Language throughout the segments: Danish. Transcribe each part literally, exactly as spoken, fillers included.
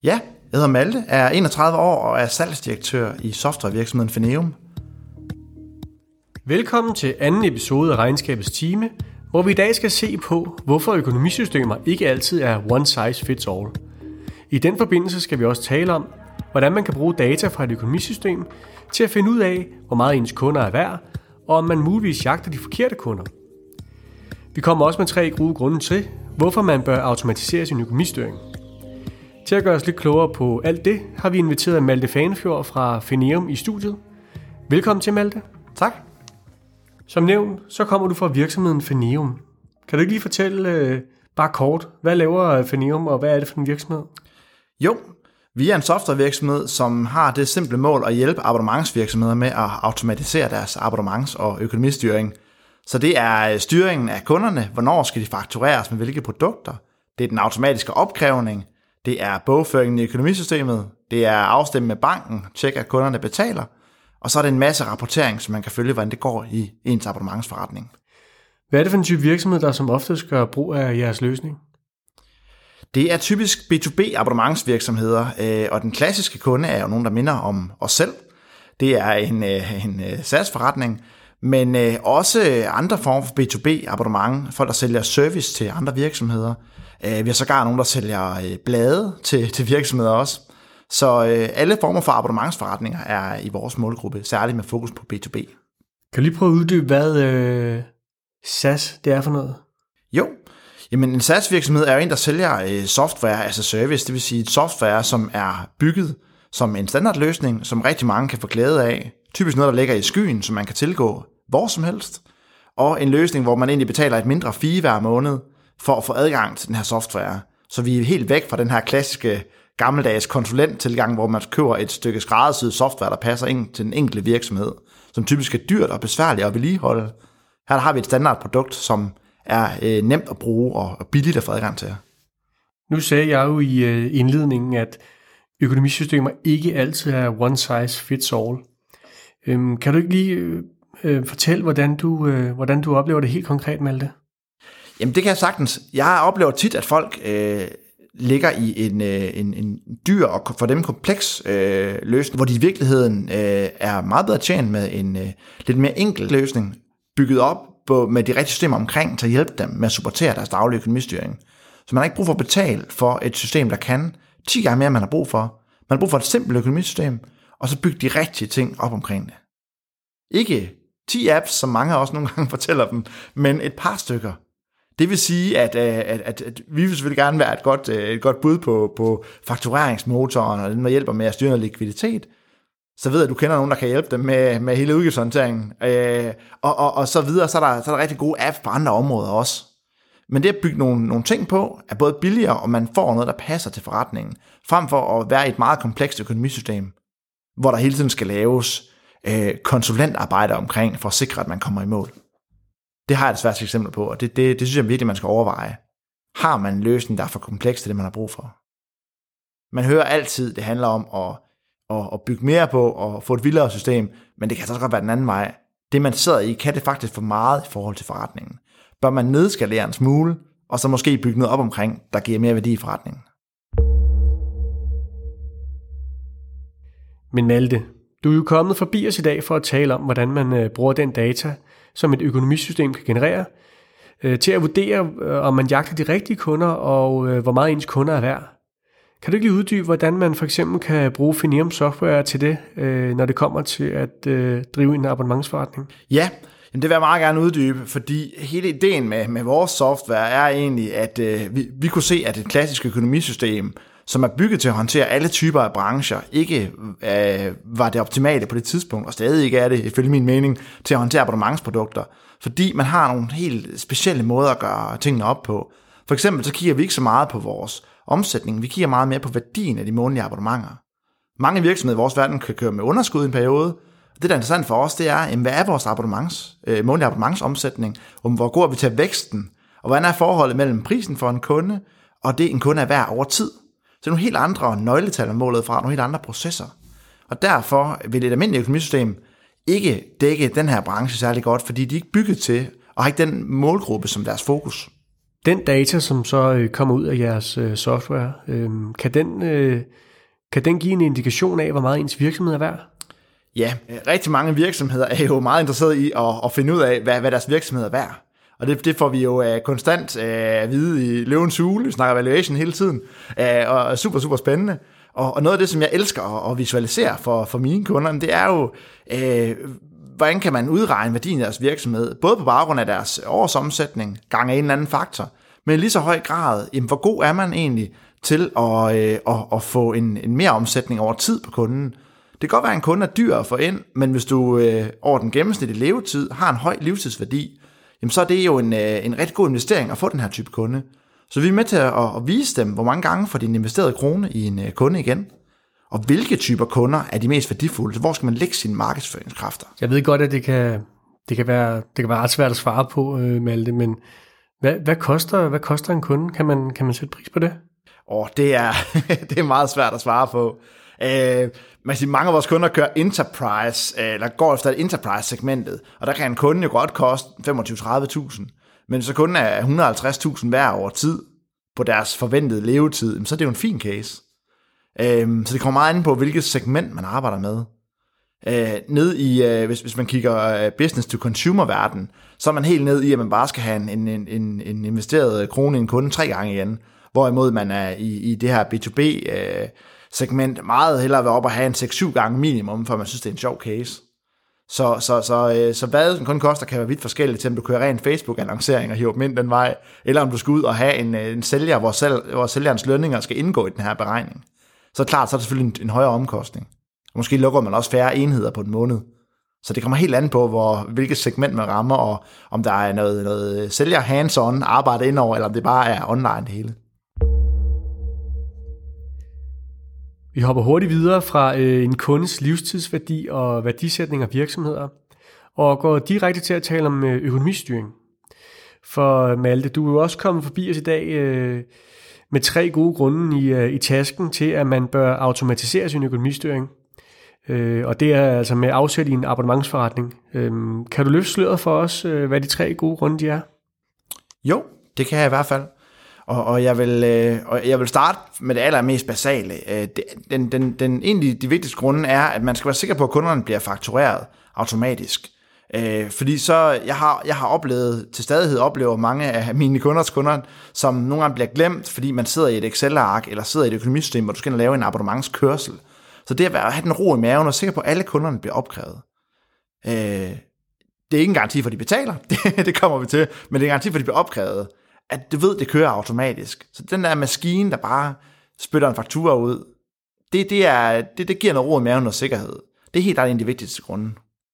Ja, jeg hedder Malte, er enogtredive år og er salgsdirektør i softwarevirksomheden Feneum. Velkommen til anden episode af Regnskabets Time, hvor vi i dag skal se på, hvorfor økonomisystemer ikke altid er one size fits all. I den forbindelse skal vi også tale om, hvordan man kan bruge data fra et økonomisystem til at finde ud af, hvor meget ens kunder er værd, og om man muligvis jagter de forkerte kunder. Vi kommer også med tre gode grunde til, hvorfor man bør automatisere sin økonomistyring. Til at gøre os lidt klogere på alt det, har vi inviteret Malte Fanefjord fra Feneum i studiet. Velkommen til, Malte. Tak. Som nævnt, så kommer du fra virksomheden Feneum. Kan du ikke lige fortælle øh, bare kort, hvad laver Feneum, og hvad er det for en virksomhed? Jo, vi er en softwarevirksomhed, som har det simple mål at hjælpe abonnementsvirksomheder med at automatisere deres abonnements- og økonomistyring. Så det er styringen af kunderne, hvornår skal de faktureres med hvilke produkter, det er den automatiske opkrævning, det er bogføringen i økonomisystemet, det er afstemme med banken, tjekke at kunderne betaler, og så er det en masse rapportering, så man kan følge, hvordan det går i ens abonnementsforretning. Hvad er det for en type virksomhed, der som oftest gør brug af jeres løsning? Det er typisk B to B abonnementsvirksomheder, og den klassiske kunde er jo nogen, der minder om os selv. Det er en, en SaaS-forretning, men også andre former for B to B abonnement, folk der sælger service til andre virksomheder. Vi har sågar nogen, der sælger blade til, til virksomheder også. Så alle former for abonnementsforretninger er i vores målgruppe, særligt med fokus på B to B. Kan du lige prøve at uddybe, hvad øh, SaaS det er for noget? Jo, jamen en SaaS-virksomhed er jo en, der sælger software as a service, det vil sige et software, som er bygget som en standardløsning, som rigtig mange kan få glæde af. Typisk noget, der ligger i skyen, som man kan tilgå hvor som helst. Og en løsning, hvor man egentlig betaler et mindre fee hver måned for at få adgang til den her software. Så vi er helt væk fra den her klassiske gammeldags konsulenttilgang, hvor man køber et stykke skræddersyet software, der passer ind til den enkelte virksomhed, som typisk er dyrt og besværligt at vedligeholde. Her har vi et standardprodukt, som er øh, nemt at bruge og billigt at få adgang til. Nu sagde jeg jo i øh, indledningen, at økonomisystemer ikke altid er one size fits all. Øhm, kan du ikke lige øh, fortælle, hvordan du, øh, hvordan du oplever det helt konkret, Malte? Jamen det kan jeg sagtens. Jeg oplever tit, at folk øh, ligger i en, øh, en, en dyr og for dem kompleks øh, løsning, hvor de i virkeligheden øh, er meget bedre tjent med en øh, lidt mere enkel løsning, bygget op på, med de rigtige systemer omkring til at hjælpe dem med at supportere deres daglige økonomistyring. Så man har ikke brug for at betale for et system, der kan ti gange mere, man har brug for. Man har brug for et simpelt økonomisystem, og så bygge de rigtige ting op omkring det. Ikke ti apps, som mange også nogle gange fortæller dem, men et par stykker. Det vil sige, at, at, at, at vi vil selvfølgelig gerne være et godt, et godt bud på, på faktureringsmotoren, og den, der hjælper med at styre noget likviditet. Så ved jeg, at du kender nogen, der kan hjælpe dem med, med hele udgiftshåndteringen. Øh, og, og, og så videre, så er, der, så er der rigtig gode apps på andre områder også. Men det at bygge nogle, nogle ting på, er både billigere, og man får noget, der passer til forretningen, frem for at være i et meget komplekst økonomisystem, hvor der hele tiden skal laves øh, konsulentarbejde omkring, for at sikre, at man kommer i mål. Det har jeg desværre eksempler på, og det, det, det synes jeg virkelig, man skal overveje. Har man en løsning, der er for kompleks til det, man har brug for? Man hører altid, det handler om at, at, at bygge mere på og få et vildere system, men det kan så godt være den anden vej. Det, man sidder i, kan det faktisk for meget i forhold til forretningen. Bør man nedskalere en smule, og så måske bygge noget op omkring, der giver mere værdi i forretningen. Men Malte, du er jo kommet forbi os i dag for at tale om, hvordan man bruger den data, som et økonomisystem kan generere, til at vurdere, om man jagter de rigtige kunder, og hvor meget ens kunder er værd. Kan du ikke lige uddybe, hvordan man for eksempel kan bruge Feneum software til det, når det kommer til at drive en abonnementsforretning? Ja, det vil jeg meget gerne uddybe, fordi hele ideen med, med vores software er egentlig, at øh, vi, vi kunne se, at et klassisk økonomisystem, som er bygget til at håndtere alle typer af brancher, ikke øh, var det optimale på det tidspunkt, og stadig ikke er det, ifølge min mening, til at håndtere abonnementsprodukter, fordi man har nogle helt specielle måder at gøre tingene op på. For eksempel så kigger vi ikke så meget på vores omsætning, vi kigger meget mere på værdien af de månedlige abonnementer. Mange virksomheder i vores verden kan køre med underskud i en periode. Det, der er interessant for os, det er, jamen, hvad er vores abonnements, øh, månedlige abonnementsomsætning, om hvor går vi til væksten, og hvordan er forholdet mellem prisen for en kunde, og det en kunde er værd over tid. Så det er nogle helt andre nøgletal er målet fra, nogle helt andre processer. Og derfor vil et almindeligt økonomisystem ikke dække den her branche særlig godt, fordi de er ikke bygget til, og har ikke den målgruppe som deres fokus. Den data, som så øh, kommer ud af jeres øh, software, øh, kan, den, øh, kan den give en indikation af, hvor meget ens virksomhed er værd? Ja, rigtig mange virksomheder er jo meget interesserede i at, at finde ud af, hvad, hvad deres virksomhed er værd. Og det, det får vi jo uh, konstant uh, at vide i Løvens Hule. Vi snakker valuation hele tiden, uh, og er super, super spændende. Og, og noget af det, som jeg elsker at, at visualisere for, for mine kunder, det er jo, uh, hvordan kan man udregne værdien af deres virksomhed, både på baggrund af deres årsomsætning, gang af en eller anden faktor, men i lige så høj grad, jamen, hvor god er man egentlig til at, uh, at, at få en, en mere omsætning over tid på kunden. Det kan godt være, at en kunde er dyr at få ind, men hvis du øh, over den gennemsnitlige levetid har en høj livstidsværdi, jamen så er det jo en, øh, en rigtig god investering at få den her type kunde. Så vi er med til at, at vise dem, hvor mange gange får de investeret krone i en øh, kunde igen, og hvilke typer kunder er de mest værdifulde. Så hvor skal man lægge sine markedsføringskræfter? Jeg ved godt, at det kan, det kan, være, det kan være ret svært at svare på, øh, Malte, men hvad, hvad, koster, hvad koster en kunde? Kan man, kan man sætte pris på det? Åh, det er, det er meget svært at svare på. Øh, man siger, mange af vores kunder kører enterprise, eller går efter enterprise-segmentet, og der kan en kunde jo godt koste femogtyve til tredive tusind, men så kunden er et hundrede og halvtreds tusind hver over tid på deres forventede levetid, så er det jo en fin case. Øh, så det kommer meget an på, hvilket segment man arbejder med. Øh, ned i, øh, hvis, hvis man kigger business-to-consumer-verden, så er man helt ned i, at man bare skal have en, en, en, en investeret krone i en kunde tre gange igen, hvorimod man er i, i det her B to B øh, segment meget hellere vil op og have en seks syv gange minimum, for man synes, det er en sjov case. Så, så, så, øh, så hvad den kun koster, kan være vidt forskelligt til, om du kører rent Facebook-annoncering og hiver dem ind den vej, eller om du skal ud og have en, en sælger, hvor, selv, hvor sælgerens lønninger skal indgå i den her beregning. Så klart, så er det selvfølgelig en, en højere omkostning. Måske lukker man også færre enheder på en måned. Så det kommer helt an på, hvor, hvilket segment man rammer, og om der er noget, noget sælger hands-on arbejde indover, eller om det bare er online det hele. Vi hopper hurtigt videre fra øh, en kundes livstidsværdi og værdisætning af virksomheder, og går direkte til at tale om øh, økonomistyring. For Malte, du er jo også kommet forbi os i dag øh, med tre gode grunde i, øh, i tasken til, at man bør automatisere sin økonomistyring. Øh, og det er altså med afsæt i en abonnementsforretning. Øh, kan du løfte sløret for os, øh, hvad de tre gode grunde de er? Jo, det kan jeg i hvert fald. Og, og, jeg vil, øh, og jeg vil starte med det allermest basale. Øh, den, den, den egentlig de vigtigste grunde er, at man skal være sikker på, at kunderne bliver faktureret automatisk. Øh, fordi så, jeg har, jeg har oplevet, til stadighed oplever mange af mine kunders kunder, som nogle gange bliver glemt, fordi man sidder i et Excel-ark, eller sidder i et økonomisystem, hvor du skal lave en abonnementskørsel. Så det at have den ro i maven, og sikker på, at alle kunderne bliver opkrævet. Øh, det er ikke en garanti for, at de betaler, det, det kommer vi til, men det er en garanti for, at de bliver opkrævet. At du ved, det kører automatisk. Så den der maskine, der bare spytter en faktura ud, det, det, er, det, det giver noget ro i maven og sikkerhed. Det er helt klart en af de vigtigste grunde.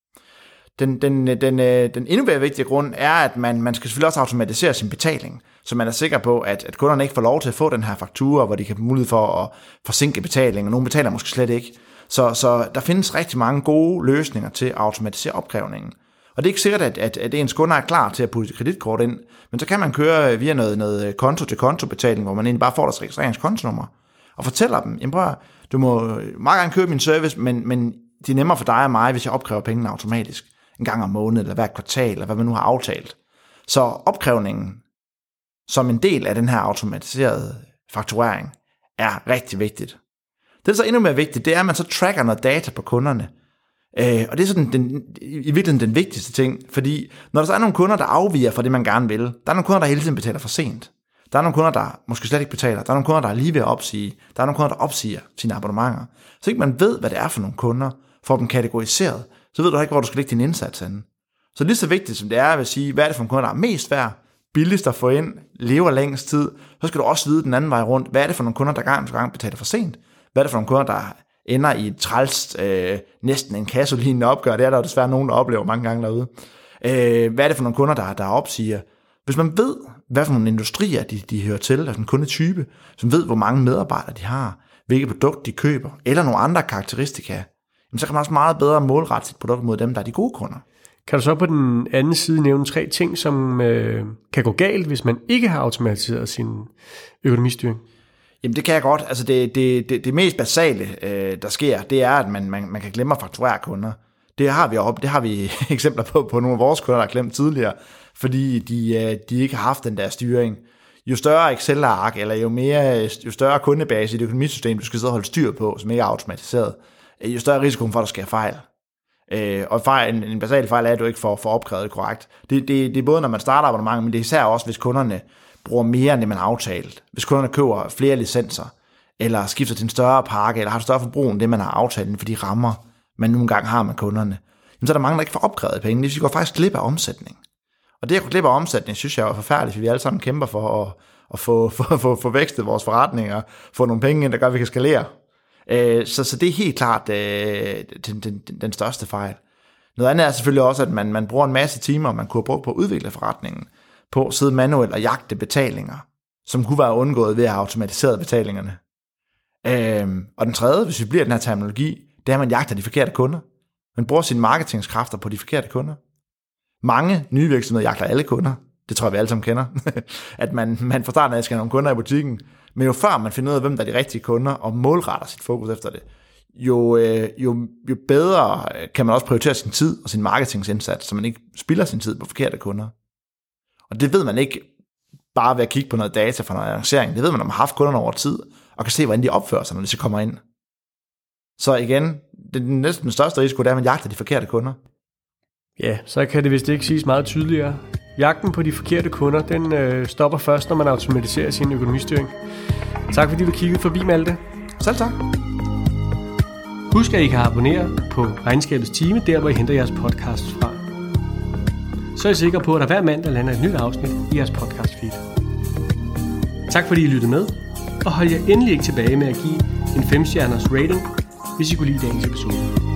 Den, den, den, den endnu mere vigtige grund er, at man, man skal selvfølgelig også automatisere sin betaling, så man er sikker på, at, at kunderne ikke får lov til at få den her faktura, hvor de kan få mulighed for at forsinke betalingen, og nogle betaler måske slet ikke. Så, så der findes rigtig mange gode løsninger til at automatisere opkrævningen. Og det er ikke sikkert, at, at, at ens kunder er klar til at putte kreditkort ind, men så kan man køre via noget, noget konto-til-konto-betaling, hvor man egentlig bare får deres registreringskontonummer, og fortæller dem, jamen prøv, du må meget gerne købe min service, men, men det er nemmere for dig og mig, hvis jeg opkræver pengene automatisk, en gang om måneden, eller hver kvartal, eller hvad man nu har aftalt. Så opkrævningen, som en del af den her automatiserede fakturering, er rigtig vigtigt. Det, der er så endnu mere vigtigt, det er, at man så tracker noget data på kunderne. Øh, og det er sådan den, i virkeligheden den vigtigste ting, fordi når der så er nogle kunder, der afviger fra det, man gerne vil, der er nogle kunder, der hele tiden betaler for sent. Der er nogle kunder, der måske slet ikke betaler. Der er nogle kunder, der er lige ved at opsige. Der er nogle kunder, der opsiger sine abonnementer. Så ikke man ved, hvad det er for nogle kunder, får dem kategoriseret, så ved du ikke, hvor du skal lægge din indsats henne. Så lige så vigtigt som det er at sige, hvad er det for nogle kunder, der er mest værd, billigst at få ind, lever længst tid, så skal du også vide den anden vej rundt, hvad er det for nogle kunder, der gang på gang betaler for sent. Hvad er det for nogle kunder, der ender i et trælst, øh, næsten en kasolignende opgør. Det er der jo desværre nogen, der oplever mange gange derude. Øh, hvad er det for nogle kunder, der, der opsiger? Hvis man ved, hvad for nogle industrier de, de hører til, altså en kundetype, som ved, hvor mange medarbejdere de har, hvilke produkt de køber, eller nogle andre karakteristika, så kan man også meget bedre målrette sit produkt mod dem, der er de gode kunder. Kan du så på den anden side nævne tre ting, som øh, kan gå galt, hvis man ikke har automatiseret sin økonomistyring? Jamen det kan jeg godt. Altså det, det, det, det mest basale, øh, der sker, det er, at man, man, man kan glemme at fakturere kunder. Det har vi op, det har vi eksempler på på nogle af vores kunder, der har glemt tidligere, fordi de, de ikke har haft den der styring. jo større Excel-ark, eller jo, mere, jo større kundebase i det økonomisystem, du skal sidde og holde styr på, som ikke er automatiseret, jo større risiko for, at der sker fejl. Øh, og fejl, en, en basal fejl er, at du ikke får, får opkrævet korrekt. Det, det, det er både, når man starter abonnement, men det er især også, hvis kunderne bruger mere, end det man har aftalt. Hvis kunderne køber flere licenser, eller skifter til en større pakke, eller har et større forbrug end det, man har aftalt, for de rammer, man nogle gange har med kunderne, jamen, så er der mange, der ikke får opkrævet penge. Det vil sige, går faktisk glip af omsætning. Og det at gå glip af omsætning, synes jeg er forfærdeligt, for vi alle sammen kæmper for at, at få, for, for, for vækstet vores forretninger, få nogle penge ind, der gør, at vi kan skalere. Så, så det er helt klart øh, den, den, den største fejl. Noget andet er selvfølgelig også, at man, man bruger en masse timer, man kunne have brugt på at udvikle forretningen, på at sidde manuelt og jagte betalinger, som kunne være undgået ved at have automatiseret betalingerne. Øh, og den tredje, hvis vi bliver den her terminologi, det er, at man jagter de forkerte kunder. Man bruger sine marketingskræfter på de forkerte kunder. Mange nye virksomheder jagter alle kunder. Det tror jeg, vi alle sammen kender. At man, man fra starten af skal have nogle kunder i butikken. Men jo før man finder ud af, hvem der er de rigtige kunder, og målretter sit fokus efter det, jo, øh, jo, jo bedre kan man også prioritere sin tid og sin marketingsindsats, så man ikke spilder sin tid på forkerte kunder. Og det ved man ikke bare ved at kigge på noget data fra noget annoncering. Det ved man, når man har haft kunderne over tid, og kan se, hvordan de opfører sig, når de så kommer ind. Så igen, det er næsten den største risiko, det er, at man jagter de forkerte kunder. Ja, så kan det vist ikke siges meget tydeligere. Jagten på de forkerte kunder, den øh, stopper først, når man automatiserer sin økonomistyring. Tak fordi du kiggede forbi, Malte. Selv tak. Husk, at I kan abonnere på Regnskabets Time, der hvor I henter jeres podcast fra. Så er I sikre på, at der hver mandag lander et nyt afsnit i jeres podcast feed. Tak fordi I lyttede med, og hold jer endelig ikke tilbage med at give en fem stjerners rating, hvis I kunne lide dagens episode.